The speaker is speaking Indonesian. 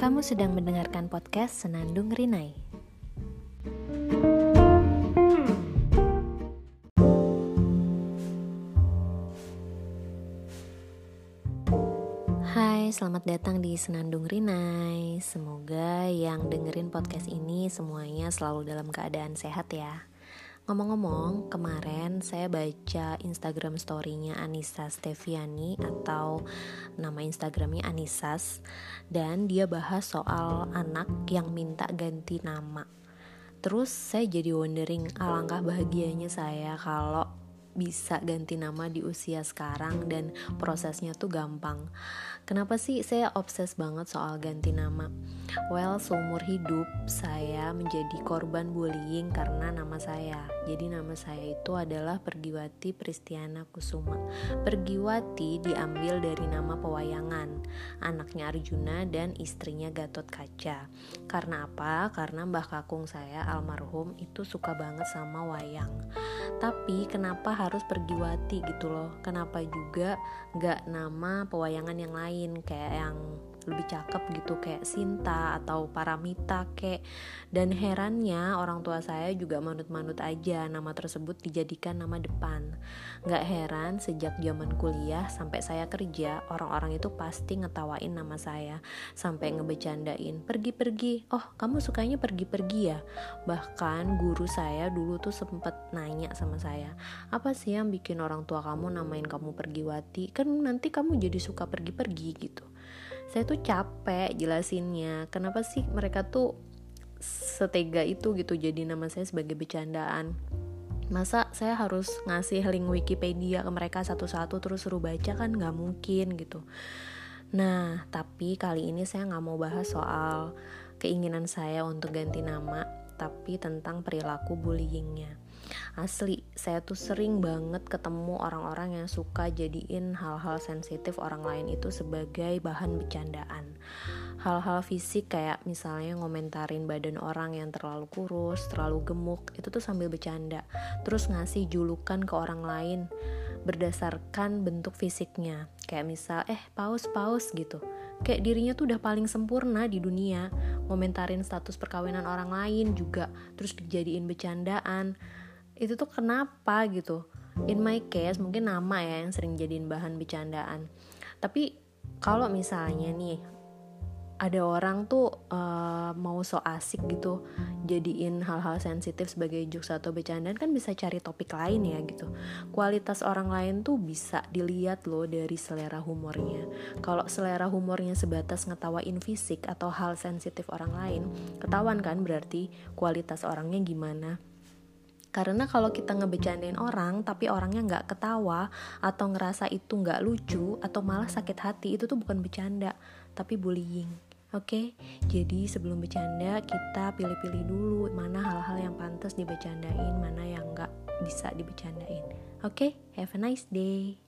Kamu sedang mendengarkan podcast Senandung Rinai. Hai, selamat datang di Senandung Rinai. Semoga yang dengerin podcast ini semuanya selalu dalam keadaan sehat ya. Ngomong-ngomong, kemarin saya baca Instagram story-nya Anissa Steviani atau nama Instagramnya Anissas, dan dia bahas soal anak yang minta ganti nama. Terus saya jadi wondering, alangkah bahagianya saya kalau bisa ganti nama di usia sekarang dan prosesnya tuh gampang. Kenapa sih saya obses banget soal ganti nama? Well, seumur hidup saya menjadi korban bullying karena nama saya. Jadi nama saya itu adalah Pergiwati Pristiana Kusuma. Pergiwati diambil dari nama pewayangan, anaknya Arjuna dan istrinya Gatot Kaca. Karena apa? Karena mbah kakung saya almarhum itu suka banget sama wayang. Tapi kenapa harus Pergiwati gitu loh? Kenapa juga gak nama pewayangan yang lain kayak yang lebih cakep gitu, kayak Sinta atau Paramita kek. Dan herannya orang tua saya juga manut-manut aja nama tersebut dijadikan nama depan. Gak heran sejak zaman kuliah sampai saya kerja, orang-orang itu pasti ngetawain nama saya, sampai ngebecandain, pergi-pergi, oh kamu sukanya pergi-pergi ya. Bahkan guru saya dulu tuh sempet nanya sama saya, apa sih yang bikin orang tua kamu namain kamu Pergiwati? Kan nanti kamu jadi suka pergi-pergi gitu. Saya tuh capek jelasinnya, kenapa sih mereka tuh setega itu gitu jadi nama saya sebagai bercandaan. Masa saya harus ngasih link Wikipedia ke mereka satu-satu terus suruh baca, kan gak mungkin gitu. Nah, tapi kali ini saya gak mau bahas soal keinginan saya untuk ganti nama, tapi tentang perilaku bullyingnya. Asli, saya tuh sering banget ketemu orang-orang yang suka jadiin hal-hal sensitif orang lain itu sebagai bahan bercandaan. Hal-hal fisik kayak misalnya ngomentarin badan orang yang terlalu kurus, terlalu gemuk, itu tuh sambil bercanda. Terus ngasih julukan ke orang lain berdasarkan bentuk fisiknya. Kayak misal, paus gitu. Kayak dirinya tuh udah paling sempurna di dunia. Ngomentarin status perkawinan orang lain juga, terus dijadiin bercandaan. Itu tuh kenapa gitu? In my case mungkin nama ya yang sering jadiin bahan bercandaan. Tapi kalau misalnya nih ada orang tuh mau so asik gitu jadiin hal-hal sensitif sebagai jokes atau bercandaan, kan bisa cari topik lain ya gitu. Kualitas orang lain tuh bisa dilihat loh dari selera humornya. Kalau selera humornya sebatas ngetawain fisik atau hal sensitif orang lain, ketahuan kan berarti kualitas orangnya gimana. Karena kalau kita ngebecandain orang tapi orangnya gak ketawa atau ngerasa itu gak lucu atau malah sakit hati, itu tuh bukan bercanda tapi bullying. Oke? Jadi sebelum bercanda kita pilih-pilih dulu mana hal-hal yang pantas dibecandain, mana yang gak bisa dibecandain. Oke? Have a nice day.